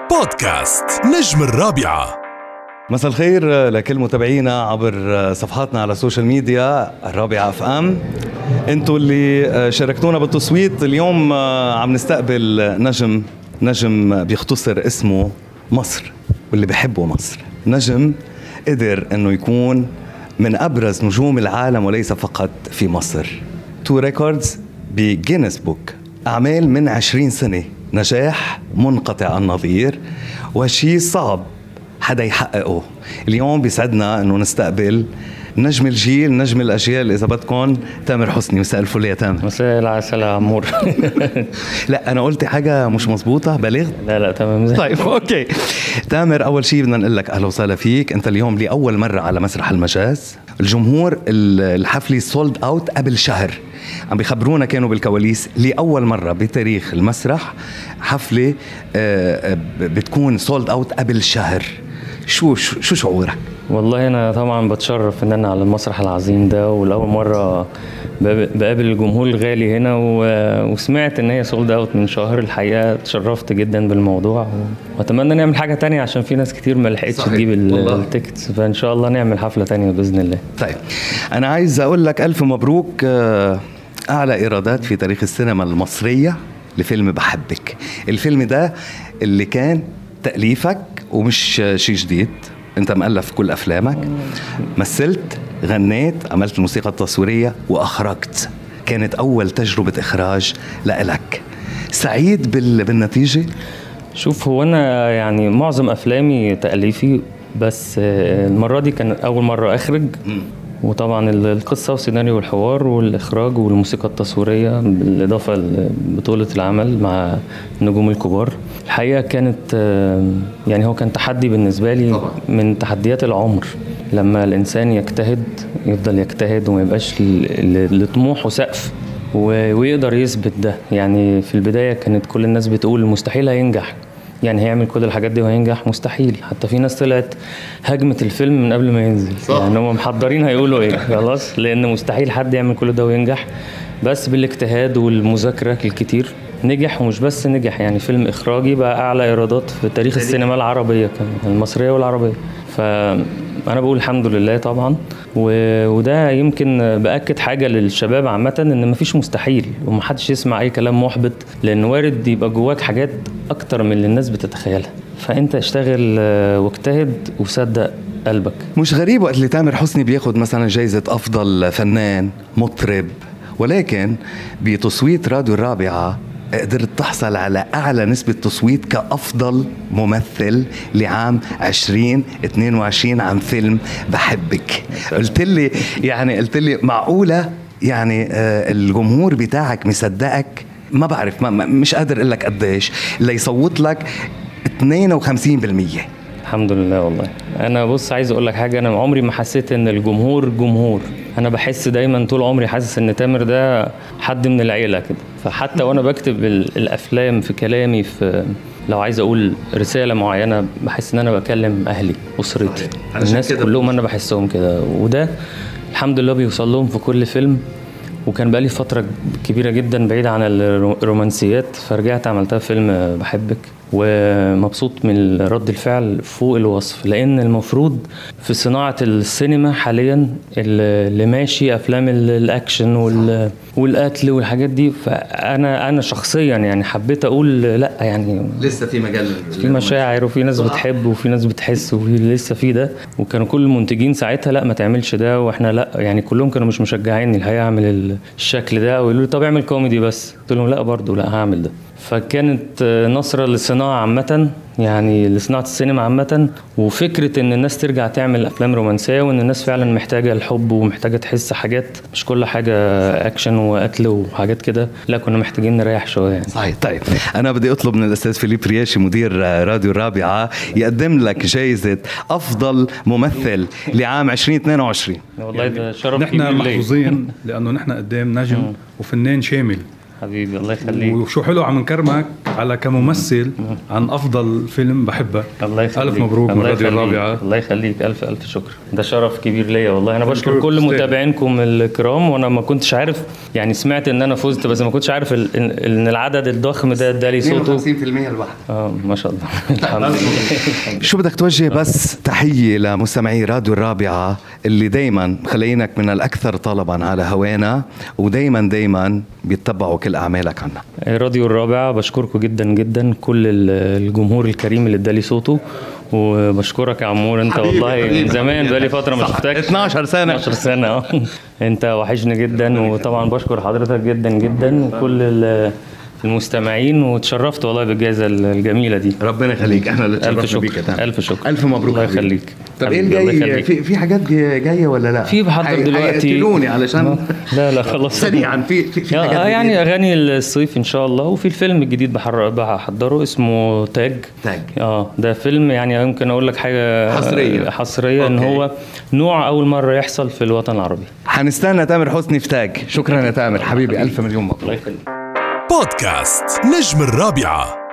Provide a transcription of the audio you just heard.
بودكاست نجم الرابعة. مساء الخير لكل متابعينا عبر صفحاتنا على السوشيال ميديا الرابعة اف ام. انتوا اللي شاركتونا بالتصويت. اليوم عم نستقبل نجم بيختصر اسمه مصر، واللي بيحبوا مصر. نجم قدر انه يكون من ابرز نجوم العالم وليس فقط في مصر. 2 ريكوردز بجينيس بوك، اعمال من 20 سنة، نجاح منقطع النظير وشي صعب حدا يحققه. اليوم بيسعدنا انه نستقبل نجم الجيل، نجم الاجيال اذا بدكم، تامر حسني. مساء الفل يا تامر. مساء العسل يا عمور. لا انا قلت حاجه مش مزبوطه، بلغت؟ لا تمام. طيب اوكي. تامر، اول شيء بدنا نقول لك اهلا وسهلا فيك. انت اليوم لاول مره على مسرح المجاز. الجمهور الحفله سولد اوت قبل شهر، عم بيخبرونا كانوا بالكواليس لاول مره بتاريخ المسرح حفله بتكون سولد اوت قبل شهر. شو شعورك؟ والله انا طبعا بتشرف ان انا على المسرح العظيم ده، والاول مره بقابل الجمهور الغالي هنا وسمعت ان هي سولد اوت من شهر. الحقيقه اتشرفت جدا بالموضوع، واتمنى نعمل حاجه تانية عشان في ناس كتير ما لحقتش تجيب التيكتس، فان شاء الله نعمل حفله تانية باذن الله. طيب انا عايز اقول لك الف مبروك، اعلى ايرادات في تاريخ السينما المصريه لفيلم بحبك. الفيلم ده اللي كان تأليفك ومش شيء جديد، انت مؤلف كل افلامك، مثلت، غنيت، عملت الموسيقى التصويرية واخرجت. كانت اول تجربة اخراج لإلك. سعيد بالنتيجة؟ شوف، هو انا يعني معظم افلامي تأليفي، بس المرة دي كان اول مرة اخرج. وطبعا القصة والسيناريو والحوار والإخراج والموسيقى التصويرية بالإضافة لبطولة العمل مع النجوم الكبار. الحقيقة كانت يعني هو كان تحدي بالنسبة لي من تحديات العمر، لما الإنسان يجتهد، يفضل يجتهد وما يبقاش لطموحه سقف ويقدر يثبت ده. يعني في البداية كانت كل الناس بتقول مستحيل هينجح، يعني هيعمل كل الحاجات دي وهينجح، مستحيل. حتى في ناس طلعت هجمت الفيلم من قبل ما ينزل، يعني هم محضرين هيقولوا ايه خلاص، لان مستحيل حد يعمل كل ده وينجح. بس بالاجتهاد والمذاكرة الكتير نجح. ومش بس نجح، يعني فيلم إخراجي بقى أعلى إيرادات في تاريخ السينما العربية كمان، المصرية والعربية. فأنا بقول الحمد لله طبعا. وده يمكن بأكد حاجة للشباب عامة، إن مفيش مستحيل ومحدش يسمع أي كلام محبط، لأن وارد يبقى جواك حاجات أكتر من اللي الناس بتتخيلها. فأنت اشتغل واجتهد وصدق قلبك. مش غريب وقت اللي تامر حسني بياخد مثلا جايزة أفضل فنان مطرب، ولكن بتصويت راديو الرابعة قدرت تحصل على أعلى نسبة تصويت كأفضل ممثل لعام 2022 عن فيلم بحبك. قلت لي معقولة يعني الجمهور بتاعك مصدقك؟ ما بعرف، مش قادر أقول لك قديش اللي يصوت لك. 52%. الحمد لله. والله انا بص عايز اقول لك حاجه، انا عمري ما حسيت ان الجمهور جمهور. انا بحس دايما طول عمري حاسس ان تامر ده حد من العيله كده. فحتى وانا بكتب الافلام في كلامي، في لو عايز اقول رساله معينه، بحس ان انا بكلم اهلي، اسرتي، الناس كلهم انا بحسهم كده. وده الحمد لله بيوصل لهم في كل فيلم. وكان بقالي فتره كبيره جدا بعيد عن الرومانسيات، فرجعت عملتها فيلم بحبك، ومبسوط من رد الفعل فوق الوصف. لان المفروض في صناعة السينما حاليا اللي ماشي افلام الاكشن والقتل والحاجات دي. فانا شخصيا يعني حبيت اقول لا، يعني لسه في مجال، في مشاعر، وفي ناس بتحب وفي ناس بتحس، وفي لسه في ده. وكانوا كل المنتجين ساعتها لا ما تعملش ده، واحنا لا، يعني كلهم كانوا مش مشجعيني الحقيقة اعمل الشكل ده، ويقولوا لي طب اعمل كوميدي بس. قلت لهم لا، برضو لا، هعمل ده. فكانت نصرة للصناعة عامة، يعني لصناعة السينما عامة. وفكرة ان الناس ترجع تعمل افلام رومانسية، وان الناس فعلا محتاجة الحب ومحتاجة تحس حاجات، مش كل حاجة اكشن وقتل وحاجات كده، لا كنا محتاجين نريح شوية يعني. صحيح. طيب انا بدي اطلب من الاستاذ فيليب رياشي مدير راديو الرابعة يقدم لك جايزة افضل ممثل لعام 2022. والله ده شرف نحن محظوظين لانه نحن قدام نجم وفنان شامل. حبيبي الله يخليك. وشو حلو عم نكرمك على كممثل عن افضل فيلم بحبه. الله يخليك. الف مبروك من راديو الرابعه. الله يخليك، الف شكر، ده شرف كبير ليا والله. انا بشكر كل متابعينكم الكرام، وانا ما كنتش عارف يعني، سمعت ان انا فزت بس ما كنتش عارف ان العدد الضخم ده ادالي صوته 52% الواحد. ما شاء الله. الحمد لله. شو بدك توجه بس تحيه لمستمعي راديو الرابعه اللي دايما مخلينك من الاكثر طلبا على هوانا، ودايما بيتبعوا كل اعمالك عنا. راديو الرابعه بشكركم جدا جدا، كل الجمهور الكريم اللي ادالي صوته، وبشكرك يا عمور انت حبيبي والله حبيبي من زمان حبيبي. بقالي فتره ما شفتكش 12 سنه. انت وحشني جدا، وطبعا بشكر حضرتك جدا جدا وكل المستمعين، وتشرفت والله بالجائزه الجميله دي. ربنا يخليك، احنا اللي تشرفنا بيك. الف شكر، الف مبروك. الله يخليك. طب ايه الجاي؟ في حاجات جايه ولا لا؟ في بحضر دلوقتي. هيقتلوني علشان لا خلاص سريعا. في حاجات يعني اغاني الصيف ان شاء الله، وفي الفيلم الجديد بحضره اسمه تاج. ده فيلم يعني يمكن اقول لك حاجه حصريه ان هو نوع اول مره يحصل في الوطن العربي. هنستنى تامر حسني في تاج. شكرا يا تامر حبيبي، الف مليون مبروك. الله يخليك. بودكاست نجم الرابعة.